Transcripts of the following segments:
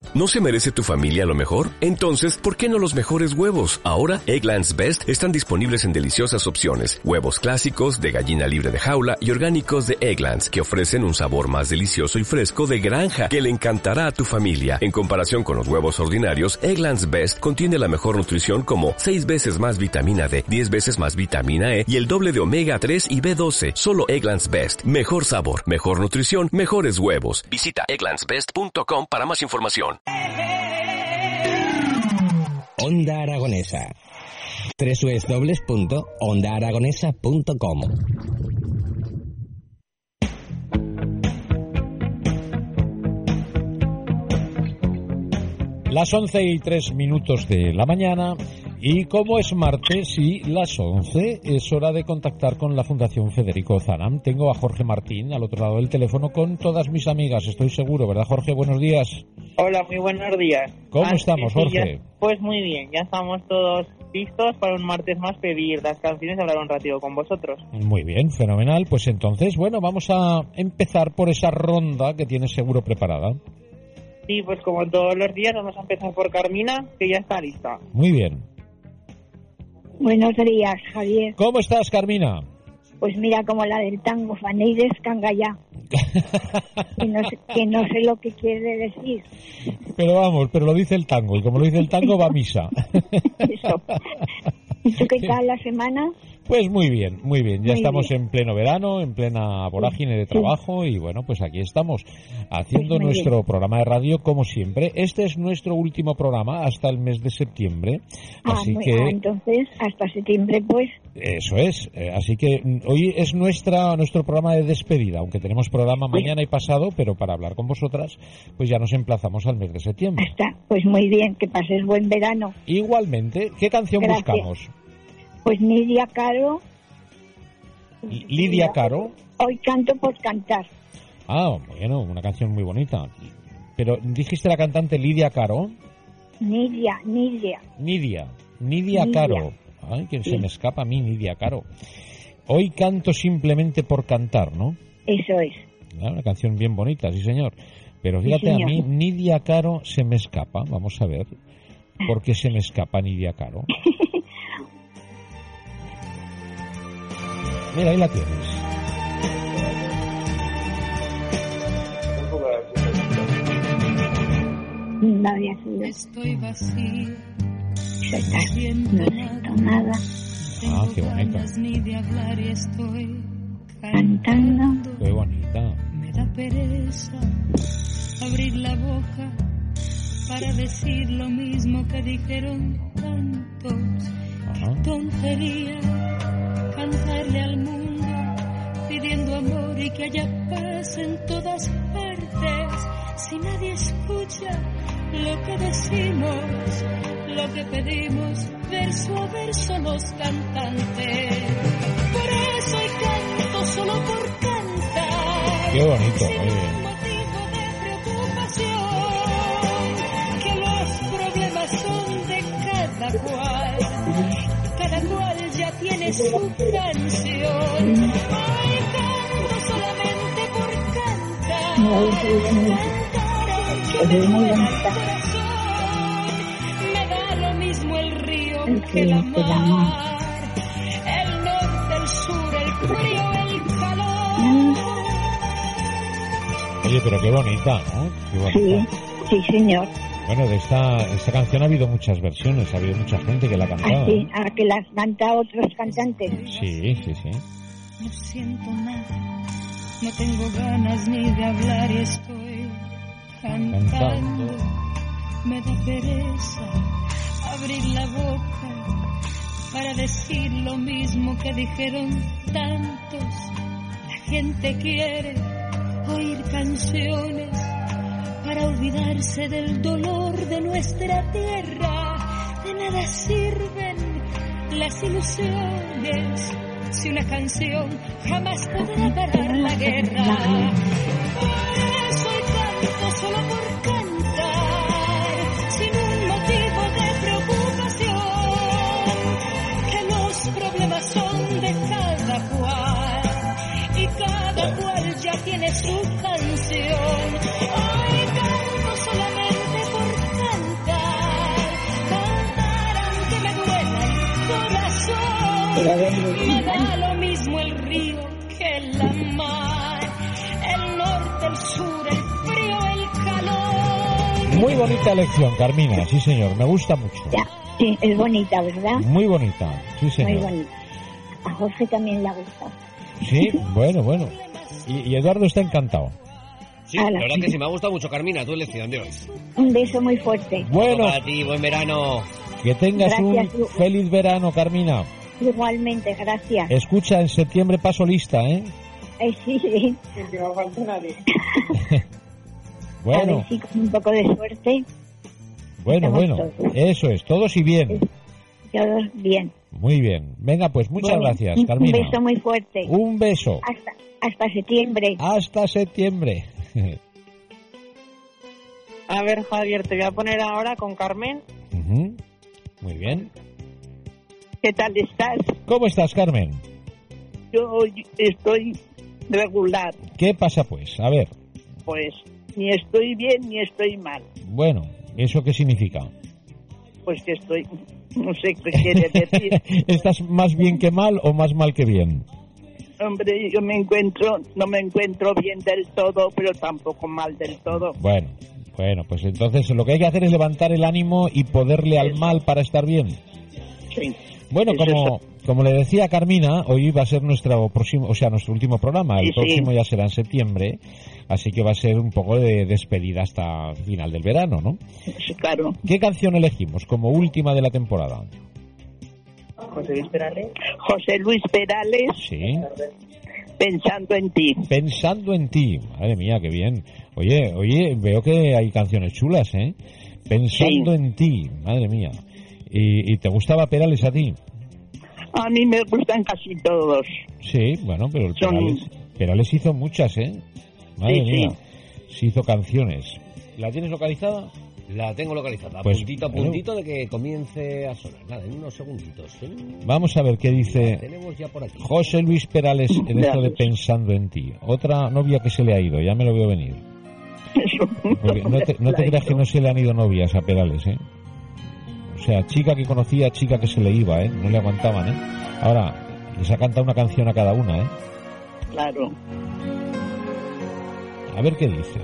¿No se merece tu familia lo mejor? Entonces, ¿por qué no los mejores huevos? Ahora, Eggland's Best están disponibles en deliciosas opciones. Huevos clásicos, de gallina libre de jaula y orgánicos de Eggland's, que ofrecen un sabor más delicioso y fresco de granja que le encantará a tu familia. En comparación con los huevos ordinarios, Eggland's Best contiene la mejor nutrición como 6 veces más vitamina D, 10 veces más vitamina E y el doble de omega 3 y B12. Solo Eggland's Best. Mejor sabor, mejor nutrición, mejores huevos. Visita egglandsbest.com para más información. Onda Aragonesa. www.ondaaragonesa.com. Las 11:03 de la mañana. Y como es martes y las 11, es hora de contactar con la Fundación Federico Zanam. Tengo a Jorge Martín al otro lado del teléfono con todas mis amigas, estoy seguro, ¿verdad, Jorge? Buenos días. Hola, muy buenos días. ¿Cómo estamos, Jorge? Pues muy bien, ya estamos todos listos para un martes más pedir las canciones y hablar un ratito con vosotros. Muy bien, fenomenal. Pues entonces, bueno, vamos a empezar por esa ronda que tienes seguro preparada. Sí, pues como todos los días vamos a empezar por Carmina, que ya está lista. Muy bien. Buenos días, Javier. ¿Cómo estás, Carmina? Pues mira, como la del tango, Faneides Cangayá. que no sé lo que quiere decir. Pero vamos, pero lo dice el tango, y como lo dice el tango, va a misa. Eso. ¿Y tú qué tal la semana? Pues muy bien, muy bien. Ya muy estamos bien. En pleno verano, en plena vorágine de trabajo y bueno, pues aquí estamos haciendo pues nuestro bien. programa de radio como siempre. Este es nuestro último programa hasta el mes de septiembre. Así que entonces, hasta septiembre, pues. Eso es. Así que hoy es nuestro programa de despedida, aunque tenemos programa mañana y pasado, pero para hablar con vosotras, pues ya nos emplazamos al mes de septiembre. Pues muy bien, que pases buen verano. Igualmente, ¿qué canción buscamos? Pues Lidia Caro. Lidia Caro. Hoy canto por cantar. Ah, bueno, una canción muy bonita. Pero dijiste la cantante Lidia Caro. Nidia Caro. Ay, que se me escapa a mí, Nidia Caro. Hoy canto simplemente por cantar, ¿no? Eso es. Una canción bien bonita, sí señor. Pero fíjate, sí, señor. A mí Nidia Caro se me escapa. Vamos a ver por qué se me escapa Nidia Caro. Mira, ahí la tienes. No había sido. Estoy vacío. No siento nada. Ah, qué bonita. Ni de hablar y estoy cantando. Qué bonita. Me da pereza abrir la boca para decir lo mismo que dijeron tantos. Qué tontería cantarle al mundo pidiendo amor y que haya paz en todas partes. Si nadie escucha lo que decimos, lo que pedimos, verso a verso los cantantes. Por eso hoy canto solo por cantar. Qué bonito, sin un motivo de preocupación. Que los problemas son de cada cual. Cada cual ya tiene su canción. Hoy canto solamente por cantar. Me da lo mismo el río que la mar, el norte, el sur, el frío, el calor. Oye, pero qué bonita, ¿no? Qué bonita. Sí, señor. Bueno, de esta canción ha habido muchas versiones, ha habido mucha gente que la ha cantado. Sí, a que las canta otros cantantes. Sí. No siento nada, no tengo ganas ni de hablar y estoy cantando. Me da pereza abrir la boca para decir lo mismo que dijeron tantos. La gente quiere oír canciones para olvidarse del dolor de nuestra tierra. De nada sirven las ilusiones si una canción jamás podrá parar la guerra. Por eso hoy canto solo por cantar, sin un motivo de preocupación. Que los problemas son de cada cual y cada cual ya tiene su canción. Hoy canto solamente por Me da lo mismo el río que la mar, el norte, el sur, el frío, el calor. Muy bonita elección, Carmina, sí señor, me gusta mucho. Ya, sí, es bonita, ¿verdad? Muy bonita, sí señor. Muy bonita. A Jorge también le ha gustado. Sí, bueno. Y Eduardo está encantado. Sí, la verdad que sí, me ha gustado mucho, Carmina, tu elección de hoy. Un beso muy fuerte. Bueno, Para ti, buen verano. que tengas Gracias, un feliz verano, Carmina. Igualmente, gracias. Escucha, en septiembre paso lista, ¿eh? Sí, sí. Que no falta nadie. A Bueno, ver si con un poco de suerte, bueno, estamos todos. eso es, todos y bien. todos bien. Muy bien. Venga, pues muchas Bueno, gracias, Carmina. Un beso muy fuerte. Un beso. Hasta septiembre. Hasta septiembre. A ver, Javier, te voy a poner ahora con Carmen. Ujú. Muy bien. ¿Qué tal estás? ¿Cómo estás, Carmen? Yo estoy regular. ¿Qué pasa, pues? A ver. Pues ni estoy bien ni estoy mal. Bueno, ¿eso qué significa? Pues que estoy... No sé qué quiere decir. ¿Estás más bien que mal o más mal que bien? Hombre, yo no me encuentro bien del todo, pero tampoco mal del todo. Bueno, pues entonces lo que hay que hacer es levantar el ánimo y poderle al mal para estar bien. Sí. Bueno, como le decía Carmina, hoy va a ser nuestro último programa. El próximo ya será en septiembre, así que va a ser un poco de despedida hasta final del verano, ¿no? Sí, claro. ¿Qué canción elegimos como última de la temporada? José Luis Perales. José Luis Perales. Sí. Pensando en ti. Pensando en ti. Madre mía, qué bien. Oye, veo que hay canciones chulas, ¿eh? Pensando en ti. Madre mía. ¿Y te gustaba Perales a ti? A mí me gustan casi todos. Sí, bueno, pero el Perales hizo muchas, ¿eh? Madre mía. Sí hizo canciones. ¿La tienes localizada? La tengo localizada, Pues, puntito a puntito de que comience a sonar. Nada, en unos segunditos. Vamos a ver qué dice Tenemos ya por aquí. José Luis Perales en esto de Pensando en ti. Otra novia que se le ha ido, ya me lo veo venir. Porque no te creas que no se le han ido novias a Perales, ¿eh? O sea, chica que conocía, chica que se le iba, ¿eh? No le aguantaban, ¿eh? Ahora, les ha cantado una canción a cada una, ¿eh? Claro. A ver qué dice.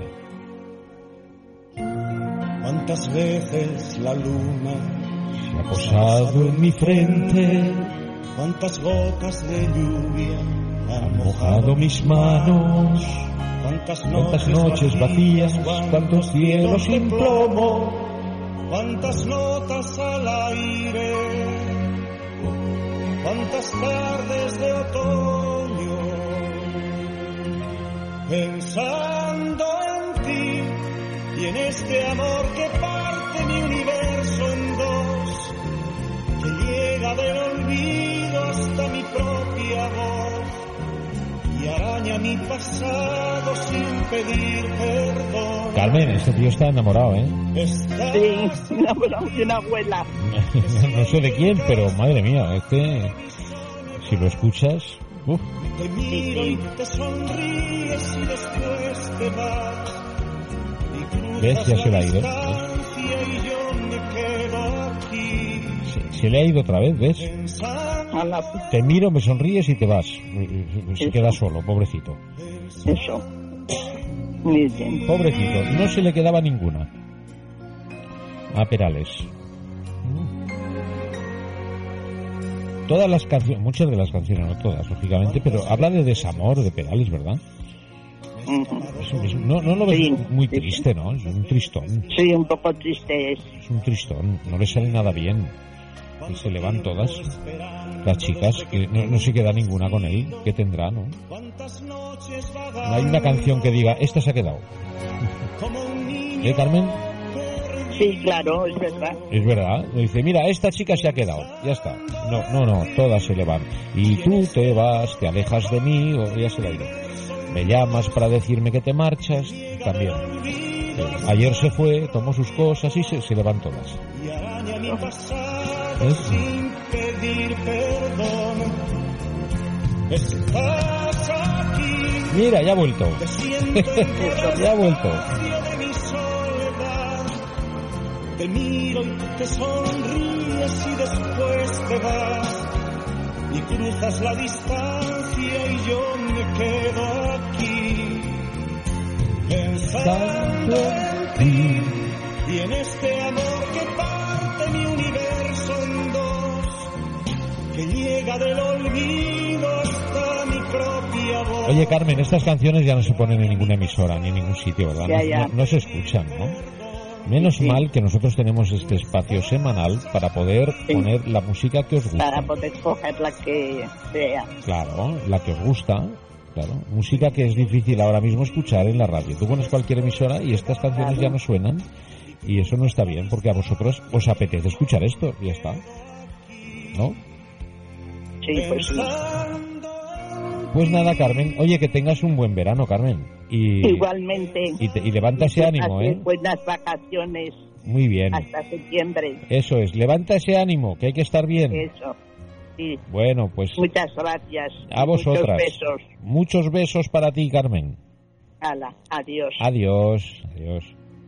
¿Cuántas veces la luna se ha posado en mi frente? ¿Cuántas gotas de lluvia han mojado mis manos? ¿Cuántas noches vacías? ¿Cuántos cielos sin plomo? ¿Cuántas notas al aire? ¿Cuántas tardes de otoño? Pensando en ti y en este amor que parte mi universo en dos, que llega del olvido hasta mi propia voz y araña mi pasado sin pedir perdón. Carmen, este tío está enamorado, ¿eh? Sí, enamorado de una abuela. No sé de quién, pero madre mía, si lo escuchas... Te miro y te sonríes y después te vas. ¿Ves? Ya se le ha ido. Se le ha ido otra vez, ¿ves? Te miro, me sonríes y te vas. Se queda solo, pobrecito. Eso. Muy bien. Pobrecito, no se le quedaba ninguna a Perales. Todas las canciones, muchas de las canciones, no todas, lógicamente, pero habla de desamor de Perales, ¿verdad? No lo ves muy triste, ¿no? Es un tristón. Sí, un poco triste es. Es un tristón, no le sale nada bien. Y se le van todas las chicas, que no se queda ninguna con él, que tendrá, ¿no? No hay una canción que diga, esta se ha quedado. ¿Eh, Carmen? Sí, claro, es verdad. Es verdad. Dice, mira, esta chica se ha quedado. Ya está. No, todas se le van. Y tú te vas, te alejas de mí, o ya se le ha ido. Me llamas para decirme que te marchas, también. Ayer se fue, tomó sus cosas y se le van todas. Sin pedir perdón. Estás aquí. Mira, ya ha vuelto. Ya ha vuelto. Te miro y te sonríes y después te vas y cruzas la distancia y yo me quedo aquí pensando en ti y en este amor que parte mi universo en dos, que llega del olvido hasta mi propia voz. Oye, Carmen, estas canciones ya no se ponen en ninguna emisora ni en ningún sitio, ¿verdad? No se escuchan, ¿no? Menos mal que nosotros tenemos este espacio semanal para poder poner la música que os gusta. Para poder coger la que sea. Claro, la que os gusta. Claro, música que es difícil ahora mismo escuchar en la radio. Tú pones cualquier emisora y estas canciones ya no suenan. Y eso no está bien, porque a vosotros os apetece escuchar esto. Y ya está. ¿No? Sí, pues sí. Pues nada, Carmen. Oye, que tengas un buen verano, Carmen. Igualmente. Y levanta ese ánimo, ¿eh? Buenas vacaciones. Muy bien. Hasta septiembre. Eso es, levanta ese ánimo, que hay que estar bien. Eso, sí. Bueno, pues... Muchas gracias. A vosotras. Muchos besos. Muchos besos para ti, Carmen. Hala, adiós. Adiós, adiós.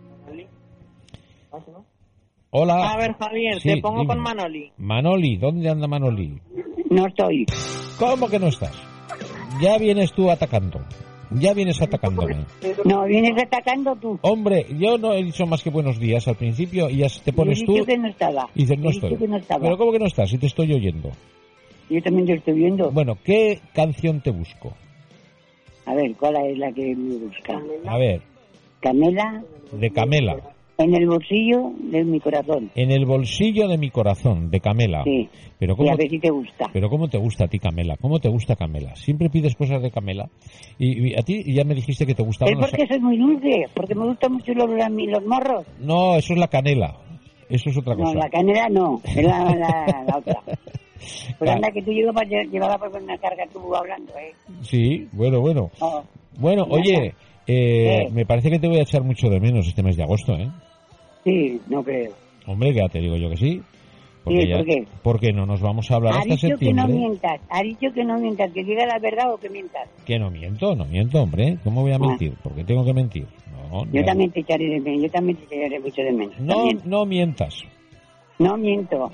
Hola. A ver, Javier, Sí, te pongo dime. con Manoli. Manoli, ¿dónde anda Manoli? No estoy. ¿Cómo que no estás? Ya vienes tú atacando. Ya vienes atacándome. No, vienes atacando tú. Hombre, yo no he dicho más que buenos días al principio y ya te pones Yo he tú dicho que no estaba. y dices no He dicho estoy. que no estaba. Pero ¿cómo que no estás? Si te estoy oyendo. Yo también te estoy viendo. Bueno, ¿qué canción te busco? A ver, ¿cuál es la que me busca? A ver, Camela, de Camela. en el bolsillo de mi corazón. En el bolsillo de mi corazón, de Camela. Sí. Pero Y ¿cómo, a ver si te gusta. pero ¿cómo te gusta a ti, Camela? ¿Cómo te gusta Camela? Siempre pides cosas de Camela. Y a ti ya me dijiste que te gustaban Es porque soy muy dulce, porque me gustan mucho los morros. No, eso es la canela. Eso es otra No, cosa. la canela no, es la otra. Pues Claro. anda, que tú llevaba por una carga tú hablando, ¿eh? Sí, bueno. Oh, Bueno, Ya oye, me parece que te voy a echar mucho de menos este mes de agosto, ¿eh? sí, no creo. Hombre, que ya te digo yo que sí. Porque Sí, ¿por qué? Porque no nos vamos a hablar Ha hasta dicho que septiembre. no mientas, que diga la verdad o que mientas. Que no miento, hombre. ¿Cómo voy a mentir? Porque tengo que mentir. No, Yo no. también te echaré de menos, yo también te echaré mucho de menos. No, También. no mientas. No miento.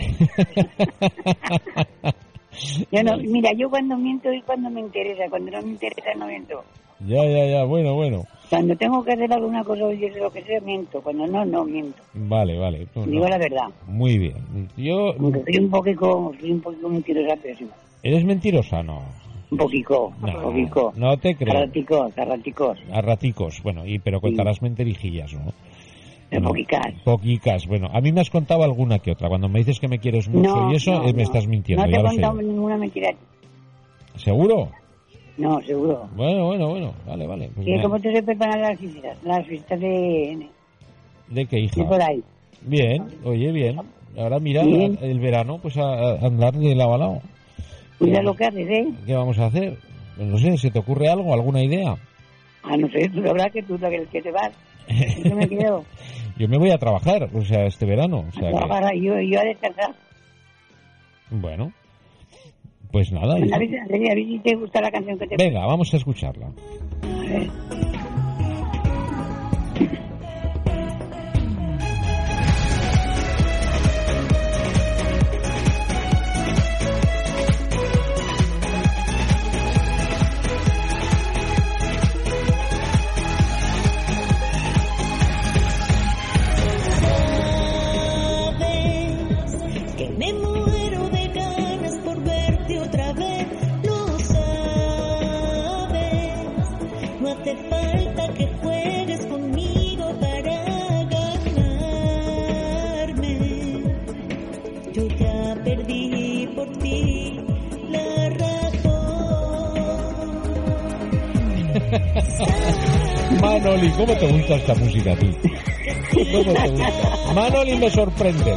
Yo no, mira, yo cuando miento es cuando me interesa, cuando no me interesa no miento. Ya, bueno. Cuando tengo que hacer alguna cosa o decir lo que sea, miento. Cuando no, no miento. Vale. No, Digo no. la verdad. Muy bien. Yo... Aunque soy un poquito mentirosa, pero sí. ¿Eres mentirosa? No. Un poquito. No te creo. A raticos. A raticos. Bueno, pero contarás mentirijillas, ¿no? Poquicas. Bueno, a mí me has contado alguna que otra. Cuando me dices que me quieres mucho y eso, me estás mintiendo. No te ya he lo sé. contado ninguna mentira. ¿Seguro? No, seguro. Bueno. Vale. Pues ¿Y cómo te se preparan las fiestas de ¿De qué, hija? de por ahí? Bien, oye, bien. Ahora mira, Bien. el verano, pues a andar de lado a lado. Cuida lo que haces, ¿eh? ¿Qué vamos a hacer? Pues no sé, ¿se te ocurre algo, alguna idea? No sé, tú sabrás que tú el que te vas. Yo me quedo. Yo me voy a trabajar, o sea, este verano. O sea que, Yo a descansar. bueno, pues nada. A ver si te gusta la canción que te... Venga, vamos a escucharla. A ver. Que me muero de ganas por verte otra vez, lo sabes. No hace falta que juegues conmigo para ganarme. Yo ya perdí por ti la razón. Manoli, ¿cómo te gusta esta música a ti? ¿Cómo te gusta? Manoli, me sorprendes.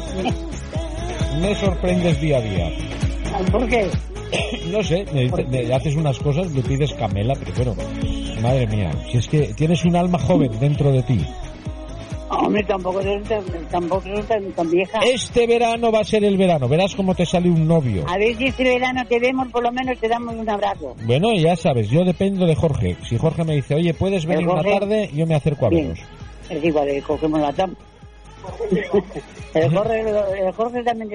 Me sorprendes día a día. ¿Por qué? No sé, me haces unas cosas, me pides Camela, pero bueno, madre mía, si es que tienes un alma joven dentro de ti. Hombre, tampoco soy tan vieja. Este verano va a ser el verano, verás cómo te sale un novio. A ver si este verano te vemos, por lo menos te damos un abrazo. Bueno, ya sabes, yo dependo de Jorge. Si Jorge me dice, oye, ¿puedes venir una tarde? Yo me acerco a veros. Es igual, cogemos la tapa. El Jorge también llega.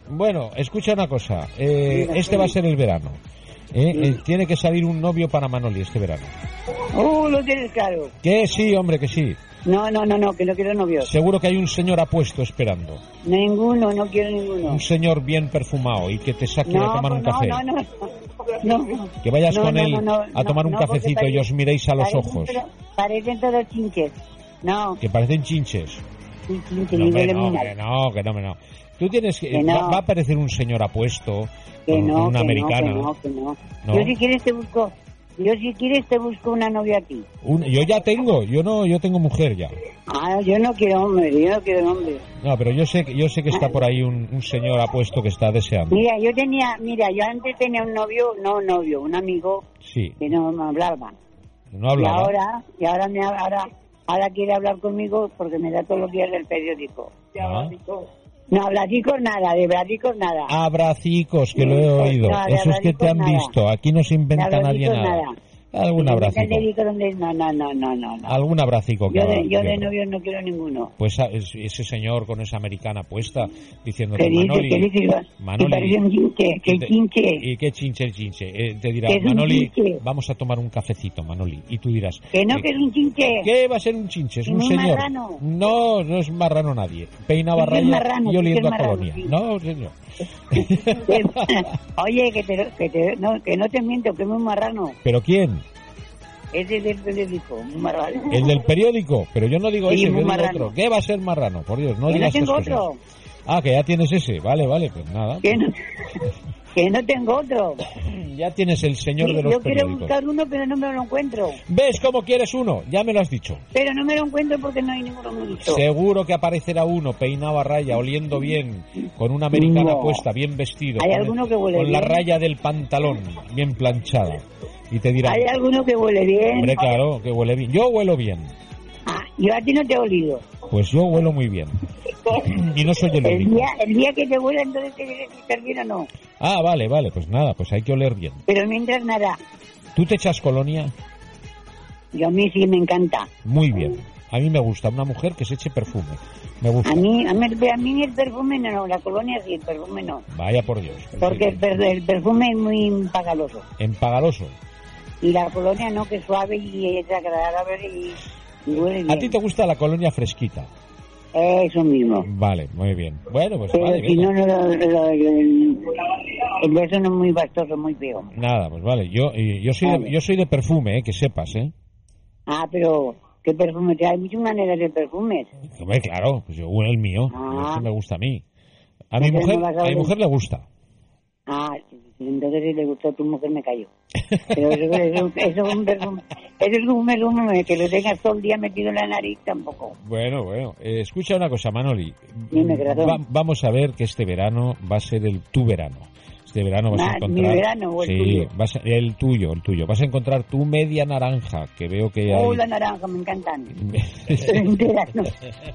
Bueno, escucha una cosa. Este va a ser el verano. Tiene que salir un novio para Manoli este verano. Lo tienes claro. Que sí, hombre, que sí. No, que no quiero novios. Seguro que hay un señor apuesto esperando. Ninguno, no quiero ninguno. Un señor bien perfumado y que te saque a tomar un café. No. Que vayas con él a tomar un cafecito y os miréis a los ojos. Parecen todos chinches. No. Que parecen chinches. Sí, chinches, no. Tú tienes que... Va a aparecer un señor apuesto, una americana. Que no. Yo si quieres te busco una novia a ti. Yo ya tengo, yo tengo mujer ya. Yo no quiero hombre. No, pero yo sé que está por ahí un señor apuesto que está deseando. Mira, yo antes tenía un amigo que no me hablaba. No hablaba. Y ahora quiere hablar conmigo porque me da todos los días del periódico. No, abracicos nada, de abracicos nada. Abracicos, que lo he oído. No, eso es que te han visto. Aquí no se inventa nadie nada. Algún abracico. No. Algún abracico. Yo de novio no quiero ninguno. Pues ese señor con esa americana puesta diciendo que Manoli, parece un chinche, que chinche. ¿Y qué chinche el chinche? Te dirá, Manoli, vamos a tomar un cafecito, Manoli. Y tú dirás... Que no, que es un chinche. ¿Qué va a ser un chinche? Es un señor. Marrano. No es marrano nadie. Peinaba raya y oliendo a colonia. Sí. No, señor. Oye, que no te miento, que es muy marrano. ¿Pero quién? Ese del periódico, muy marrano. El del periódico, pero yo no digo ese, yo digo otro. ¿Qué va a ser marrano? Por Dios, no digas tengo estas otro. Cosas. Que ya tienes ese, vale, pues nada. Que no tengo otro. Ya tienes el señor de los periódicos. Yo quiero buscar uno, pero no me lo encuentro. ¿Ves cómo quieres uno? Ya me lo has dicho. Pero no me lo encuentro porque no hay ninguno muy listo. Seguro que aparecerá uno peinado a raya, oliendo bien, con una americana puesta, bien vestido. Hay alguno que huele con bien. La raya del pantalón bien planchada. Y te dirá... Hay alguno que huele bien. Hombre, claro, que huele bien. Yo huelo bien. Yo a ti no te he olido. Pues yo huelo muy bien. Y no soy el único. El día que te huela, entonces te debes estar bien o no. Vale, pues nada, pues hay que oler bien. Pero mientras nada. ¿Tú te echas colonia? Yo a mí sí me encanta. Muy bien. A mí me gusta una mujer que se eche perfume. Me gusta. A mí el perfume no, la colonia sí, el perfume no. Vaya por Dios. Porque el perfume es muy empagaloso. ¿Empagaloso? Y la colonia no, que es suave y es agradable y huele bien. ¿A ti te gusta la colonia fresquita? Eso mismo. Vale, muy bien. Bueno, pues pero vale. Si no, el beso no es muy bastoso, muy feo. Nada, pues vale. Yo soy de perfume, que sepas, ¿eh? Pero ¿qué perfume? Hay muchas maneras de perfumes. Hombre, claro, pues yo huelo el mío. Eso me gusta a mí. A mi mujer le gusta. Entonces si le gustó a tu mujer me cayó. Pero eso es un perfume. Eso es un perfume que lo tengas todo el día metido en la nariz tampoco. Bueno. Escucha una cosa, Manoli. Dime, vamos a ver que este verano va a ser tu verano. Este verano vas a encontrar... ¿Mi verano o el tuyo? El tuyo. Vas a encontrar tu media naranja, que veo que hay... la naranja, me encantan. Entera, no.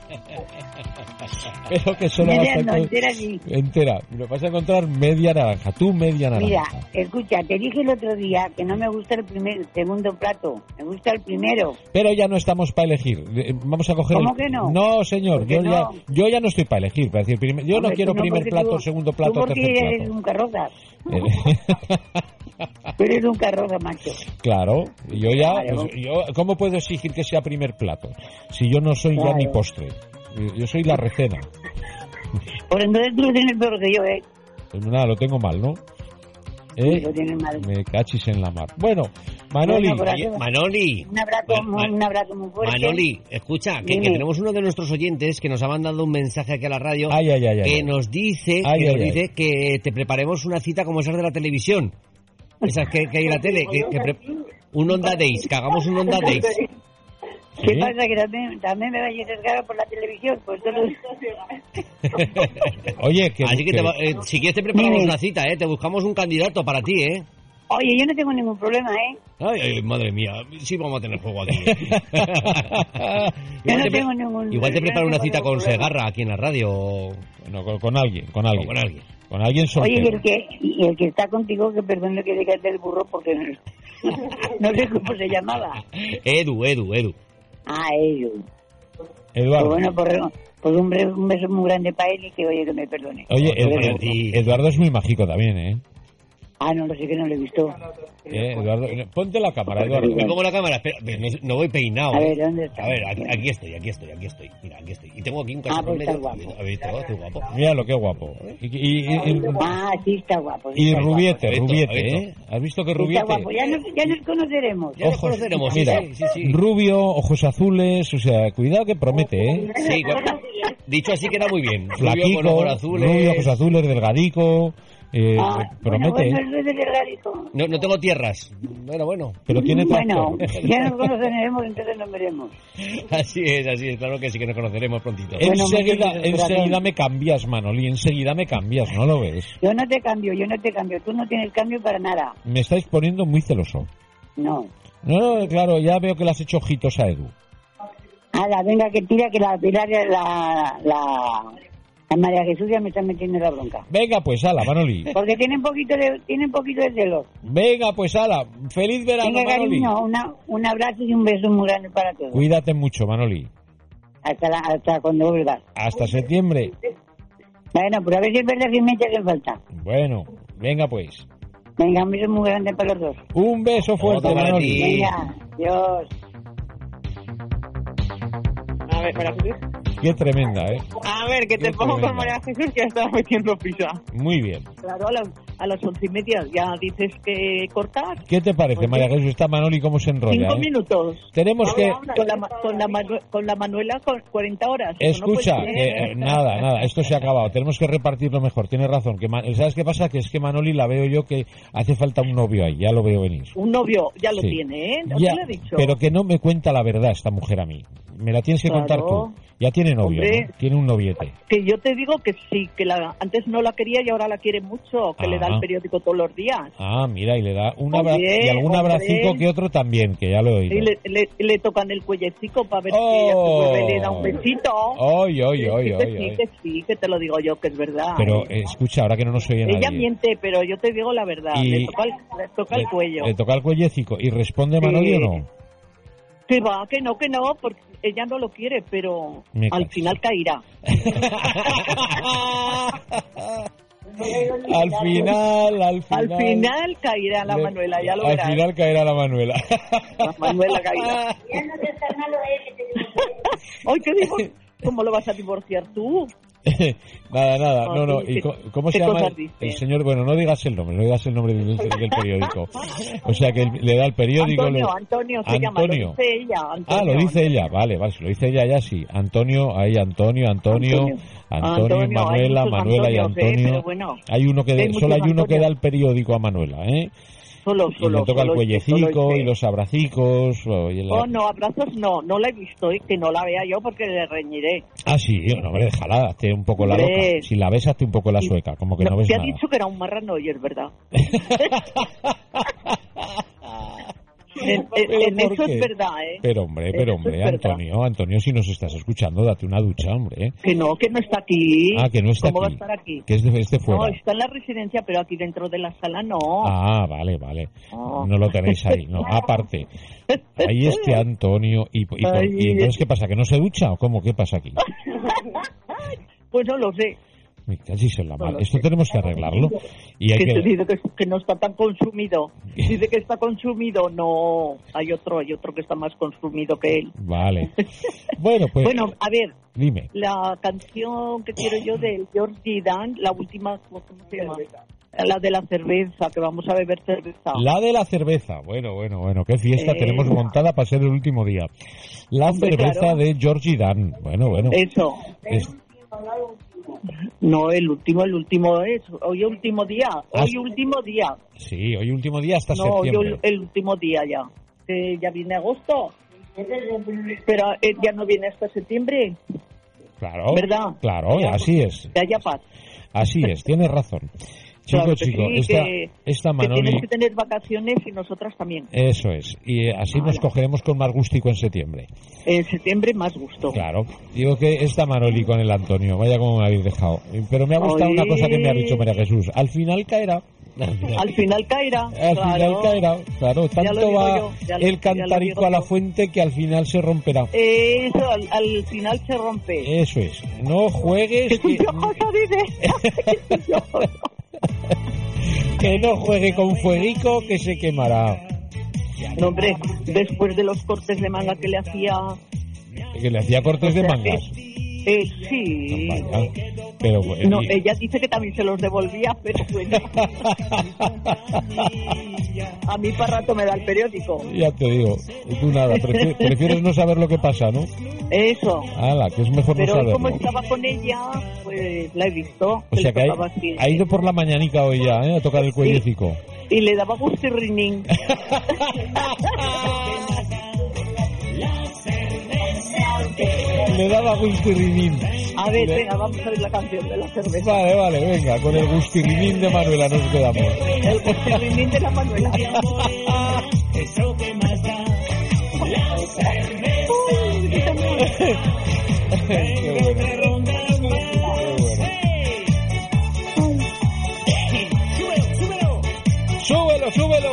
Pero que solo vas a encontrar... Entera. Vas a encontrar media naranja, tu media naranja. Mira, escucha, te dije el otro día que no me gusta el segundo plato, me gusta el primero. Pero ya no estamos para elegir. Vamos a coger... ¿Cómo que no? No, señor, yo ya no estoy para elegir. Para decir, yo no quiero primer plato, segundo plato, tercer plato. Eres un carroza. Pero eres un carroza, macho. Claro, ¿cómo puedo exigir que sea primer plato? Si yo no soy ya ni postre. Yo soy la recena. Por entonces tú lo tienes peor que yo, ¿eh? Pues nada, lo tengo mal, ¿no? Lo tienes mal. Me cachis en la mar. Bueno, Manoli. Manoli. Un abrazo muy fuerte. Manoli, escucha, que tenemos uno de nuestros oyentes que nos ha mandado un mensaje aquí a la radio que nos dice que te preparemos una cita como esas de la televisión. Esas que hay en la tele. Un Onda Days, que hagamos un Onda Days. ¿Qué pasa? Que también me vayas a descargar por la televisión. Pues Oye, así que si quieres te preparamos una cita, te buscamos un candidato para ti, Oye, yo no tengo ningún problema, Ay, madre mía, sí vamos a tener juego aquí. Igual te preparo una cita con Segarra aquí en la radio. No, con alguien. Con alguien soltero. Oye, y el que está contigo, que perdone que digas del burro, porque no sé cómo se llamaba. Edu. Edu. Eduardo. Pues bueno, pues un beso muy grande para él y que oye que me perdone. Oye, Eduardo es muy mágico también, ¿eh? Ah, no sé, que no lo he visto. Eduardo, ponte la cámara, Eduardo. Me pongo la cámara, espera, no voy peinado. A ver, ¿dónde está? A ver, aquí estoy. Mira, aquí estoy. Y tengo aquí un cachorro medio. Guapo. A ver, está guapo. Mira lo que guapo. Sí está guapo. Y Rubiete, ¿eh? ¿Has visto que Rubiete? Está guapo, ya nos conoceremos. Mira, sí. Rubio, ojos azules, o sea, cuidado que promete, ¿eh? Sí, dicho así queda muy bien. Flaquico, rubio, ojos azules, delgadico... promete. No tengo tierras. Bueno. Pero tiene tractor. Bueno, ya nos conoceremos, entonces nos veremos. Así es, claro que sí que nos conoceremos prontito. Enseguida me cambias, Manoli, enseguida me cambias, ¿no lo ves? Yo no te cambio, tú no tienes cambio para nada. Me estáis poniendo muy celoso. No, claro, ya veo que le has hecho ojitos a Edu. Hala, venga, que tira, que la Pilar, la María Jesús ya me está metiendo en la bronca. Venga, pues ala, Manoli. Porque tienen poquito de celos. Venga, pues ala. Feliz verano, venga, Manoli. Cariño, un abrazo y un beso muy grande para todos. Cuídate mucho, Manoli. Hasta cuando vuelvas. Hasta septiembre. Bueno, pues a ver si es verdad que me echas en falta. Bueno, venga pues. Venga, un beso muy grande para los dos. Un beso fuerte, Manoli. Venga, adiós. A ver, María Jesús. Qué tremenda, ¿eh? A ver, que te pongo con María Jesús, que ya estaba metiendo prisa. Muy bien. Claro, a las 11:30 ya dices que cortas. ¿Qué te parece, Pues María Jesús? Está Manoli cómo se enrolla. 5 minutos. Tenemos que... Con la Manuela 40 horas. Escucha, nada, esto se ha acabado. Tenemos que repartirlo mejor. Tienes razón. ¿Sabes qué pasa? Que es que Manoli la veo yo que hace falta un novio ahí. Ya lo veo venir. Un novio, ya lo tiene, ¿eh? Ya, te lo he dicho. Pero que no me cuenta la verdad esta mujer a mí. Me la tienes que contar tú. Ya tiene novio, ¿no? Tiene un noviete. Que yo te digo que sí, que antes no la quería y ahora la quiere mucho, que le da el periódico todos los días. Ah, mira, y le da y algún abracico que otro también, que ya lo he oído. Y le tocan el cuellecico para ver si ella se vuelve y le da un besito. Sí, que te lo digo yo, que es verdad. Pero escucha, ahora que no nos oye nadie. Ella miente, pero yo te digo la verdad. Le toca el cuello. Le toca el cuellecico. ¿Y responde Manoli o no? Que va, que no, porque ella no lo quiere, pero al final caerá. Al final caerá la Manuela, ya lo verás. Al final caerá la Manuela. La Manuela caerá. Ya no te está malo Ay, ¿qué digo? ¿Cómo lo vas a divorciar tú? Nada, no. ¿Y cómo se llama el señor? Bueno, no digas el nombre del periódico. O sea, que le da el periódico. Antonio se llama, lo dice ella. Lo dice ella, vale, si lo dice ella ya sí. Antonio, Manuela y Antonio. Bueno, hay uno solo hay uno que da el periódico a Manuela, ¿eh? Y le toca el cuellecico y los abracicos. No, abrazos no la he visto, que no la vea yo porque le reñiré. Ah, sí, no, déjala, hazte un poco la loca. Si la ves, hazte un poco la sueca, como que no ves nada. Te ha dicho que era un marrano y es verdad. Eso es verdad, ¿eh? Pero hombre, Antonio, si nos estás escuchando, date una ducha, hombre. Que no está aquí. Ah, que no está ¿Cómo aquí. va a estar aquí? Que es de fuera. No, está en la residencia, pero aquí dentro de la sala no. Ah, vale. No lo tenéis ahí, no. Aparte, ahí está Antonio. ¿Y entonces qué pasa? ¿Que no se ducha o cómo? ¿Qué pasa aquí? Pues no lo sé. Esto tenemos que arreglarlo. Y hay que dice que no está tan consumido. Dice que está consumido. No, hay otro que está más consumido que él. Vale. Bueno, a ver. Dime. La canción que quiero yo del George Dan, la última, ¿cómo se llama? La de la cerveza, que vamos a beber cerveza. La de la cerveza. Bueno, qué fiesta tenemos montada para ser el último día. La cerveza de George Dan. Bueno. Eso. No, el último es hoy último día. Sí, hoy último día hasta septiembre. No, el último día ya. Ya viene agosto. Pero ya no viene hasta septiembre. Claro. ¿Verdad? Claro, así es. Que haya paz. Así es, tienes razón. Chico, esta Manoli... Que tienes que tener vacaciones y nosotras también. Eso es. Y así nos cogeremos con más gustico en septiembre. En septiembre más gusto. Claro. Digo que esta Manoli con el Antonio, vaya como me habéis dejado. Pero me ha gustado una cosa que me ha dicho María Jesús. Al final caerá. Al final caerá. Al final caerá, claro. Tanto va el cantarico a la fuente que al final se romperá. Eso, al final se rompe. Eso es. No juegues... Que no juegue con fueguico que se quemará. No, hombre, después de los cortes de manga que le hacía... ¿Que le hacía cortes de mangas? Sí. No, vaya. Pero, no, ella dice que también se los devolvía, pero bueno. A mí para rato me da el periódico. Ya te digo, tú nada, prefieres no saber lo que pasa, ¿no? Eso. Ala, que es mejor pero no saberlo. Pero como estaba con ella, pues la he visto. O sea que ha ido por la mañanica hoy ya, a tocar el cuellecico. Y le daba gustirrinín. Le daba gustirrinín. A ver, venga, vamos a ver la canción de la cerveza. Vale, venga, con el gustirrinín de Manuela nos quedamos. El gustirrinín de la Manuela. Eso que más da la cerveza. Súbelo.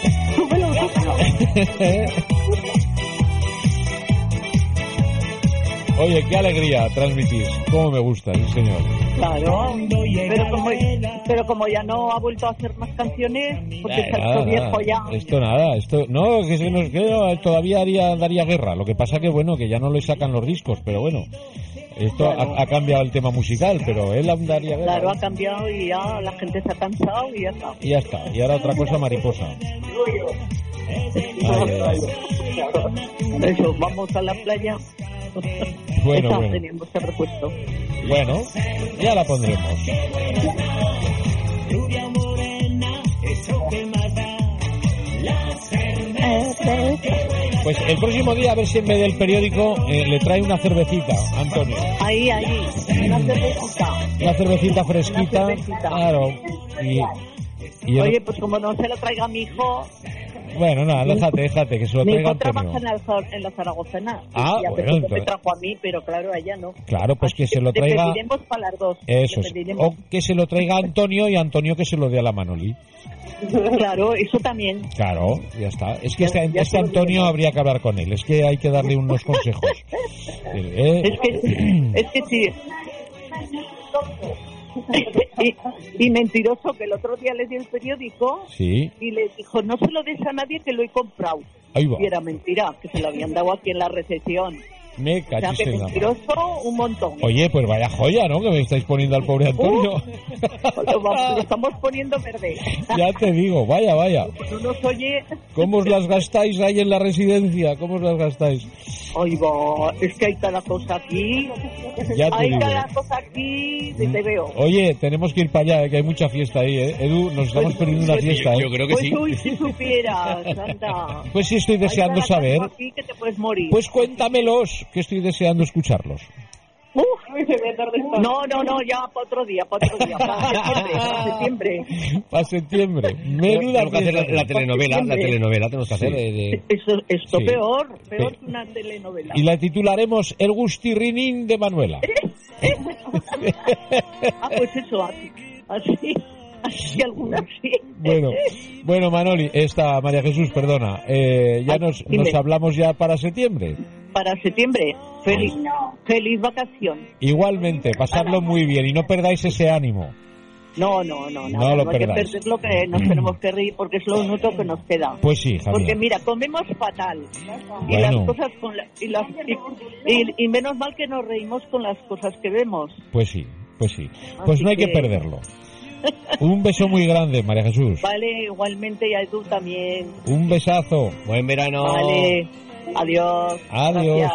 Oye, qué alegría transmitís. Cómo me gusta, sí, señor. Claro, pero como ya no ha vuelto a hacer más canciones, porque está esto viejo ya. Esto no, que se nos queda, todavía daría guerra. Lo que pasa que bueno, que ya no le sacan los discos, pero bueno. Esto ha cambiado el tema musical, pero él aún daría guerra. Claro, ha cambiado y ya la gente se ha cansado y ya está. Y ya está, y ahora otra cosa mariposa. Eso, vamos a la playa. Bueno. Tenemos que haber puesto. Bueno, ya la pondremos. Pues el próximo día a ver si en vez del periódico le trae una cervecita, Antonio. Ahí, una cervecita. Una cervecita fresquita. Claro. Y oye, pues como no se lo traiga mi hijo... Bueno, nada, déjate, que se lo traiga Antonio. Mi hijo trabaja en la Zaragozana. Bueno, entonces... me trajo a mí, pero claro, a ella no. Claro, pues que se lo traiga... Le pediremos para las dos. Eso es. O que se lo traiga Antonio y Antonio que se lo dé a la Manoli. Claro, eso también. Claro, ya está. Es que este Antonio habría que hablar con él. Es que hay que darle unos consejos. Es que sí. Y mentiroso, que el otro día le dio el periódico y le dijo, no se lo des a nadie que lo he comprado. Ahí va. Y era mentira, que se lo habían dado aquí en la recepción. Me cachis, o sea, que mentiroso un montón. Oye, pues vaya joya, ¿no? Que me estáis poniendo al pobre Antonio. Lo estamos poniendo verde. Ya te digo, vaya. No nos oye. ¿Cómo os las gastáis ahí en la residencia? ¿Cómo os las gastáis? Ay, va, es que hay cada cosa aquí. Cada cosa aquí, te veo. Oye, tenemos que ir para allá, que hay mucha fiesta ahí, ¿eh? Edu, nos estamos perdiendo una fiesta, ¿eh? Yo creo que sí. Uy, si supieras, anda. Pues sí, estoy deseando saber. Aquí que te puedes morir. Pues cuéntamelos, que estoy deseando escucharlos. No, ya para otro día, para septiembre. Para septiembre. Tenemos que hacer la telenovela tenemos que hacer. Esto peor que una telenovela. Y la titularemos El Gustirrinín de Manuela. Pues eso, así algunas sí. Bueno, Manoli, María Jesús, perdona, ya nos hablamos ya para septiembre. Para septiembre, feliz vacación. Igualmente, pasarlo muy bien y no perdáis ese ánimo. No lo hay que perder lo que nos tenemos que reír porque es lo único que nos queda. Pues sí, Javier. Porque mira, comemos fatal y las cosas y menos mal que nos reímos con las cosas que vemos. Pues sí. Pues no hay que perderlo. Un beso muy grande, María Jesús. Vale, igualmente y a tú también. Un besazo. Buen verano. Vale, adiós. Adiós.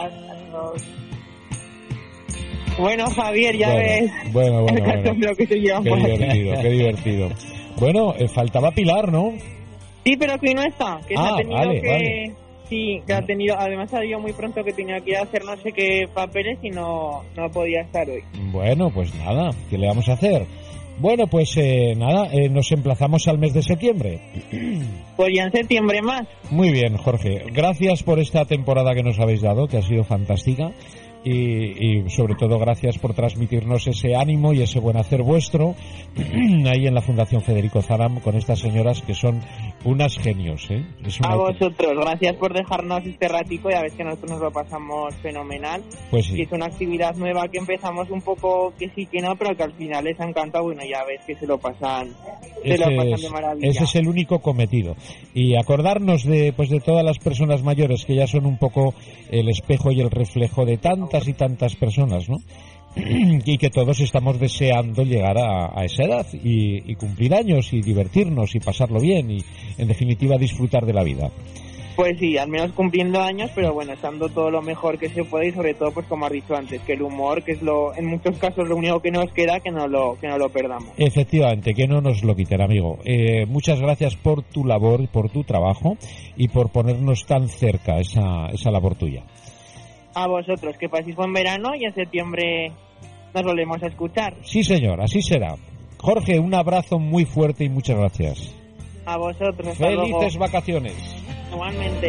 Bueno, Javier, ya ves. Bueno. Qué Qué divertido. Bueno, faltaba Pilar, ¿no? Sí, pero que no está. Que se ha tenido vale. Sí, que ha tenido. Además, ha ido muy pronto que tenía que ir a hacer no sé qué papeles y no podía estar hoy. Bueno, pues nada, ¿qué le vamos a hacer? Bueno, pues nos emplazamos al mes de septiembre. Pues ya en septiembre más. Muy bien, Jorge. Gracias por esta temporada que nos habéis dado, que ha sido fantástica. y sobre todo gracias por transmitirnos ese ánimo y ese buen hacer vuestro ahí en la Fundación Federico Zaram con estas señoras que son unas genios, ¿eh? A vosotros, gracias por dejarnos este ratico, ya ves que nosotros nos lo pasamos fenomenal. Pues sí. Y es una actividad nueva que empezamos un poco que sí que no, pero que al final les ha encantado. Bueno, ya ves que se lo pasan de maravilla. Ese es el único cometido. Y acordarnos de todas las personas mayores que ya son un poco el espejo y el reflejo de tantas y tantas personas, ¿no? Y que todos estamos deseando llegar a esa edad y cumplir años y divertirnos y pasarlo bien y en definitiva disfrutar de la vida. Pues sí, al menos cumpliendo años, pero bueno, estando todo lo mejor que se puede y sobre todo, pues como has dicho antes, que el humor, que es en muchos casos lo único que nos queda, que no lo perdamos. Efectivamente, que no nos lo quiten, amigo. Muchas gracias por tu labor, por tu trabajo y por ponernos tan cerca esa labor tuya. A vosotros, que paséis buen verano y en septiembre nos volvemos a escuchar. Sí, señor, así será. Jorge, un abrazo muy fuerte y muchas gracias. A vosotros, hasta luego. Felices vacaciones. Igualmente.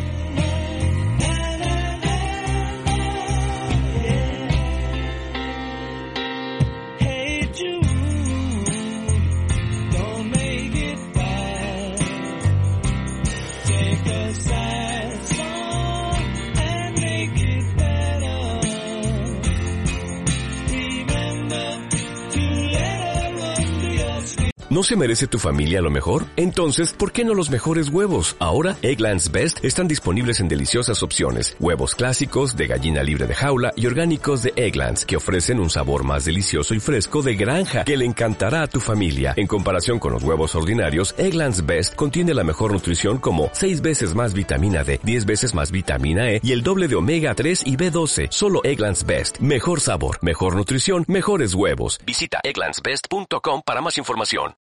¿No se merece tu familia lo mejor? Entonces, ¿por qué no los mejores huevos? Ahora, Eggland's Best están disponibles en deliciosas opciones. Huevos clásicos, de gallina libre de jaula y orgánicos de Eggland's, que ofrecen un sabor más delicioso y fresco de granja que le encantará a tu familia. En comparación con los huevos ordinarios, Eggland's Best contiene la mejor nutrición como 6 veces más vitamina D, 10 veces más vitamina E y el doble de omega 3 y B12. Solo Eggland's Best. Mejor sabor, mejor nutrición, mejores huevos. Visita egglandsbest.com para más información.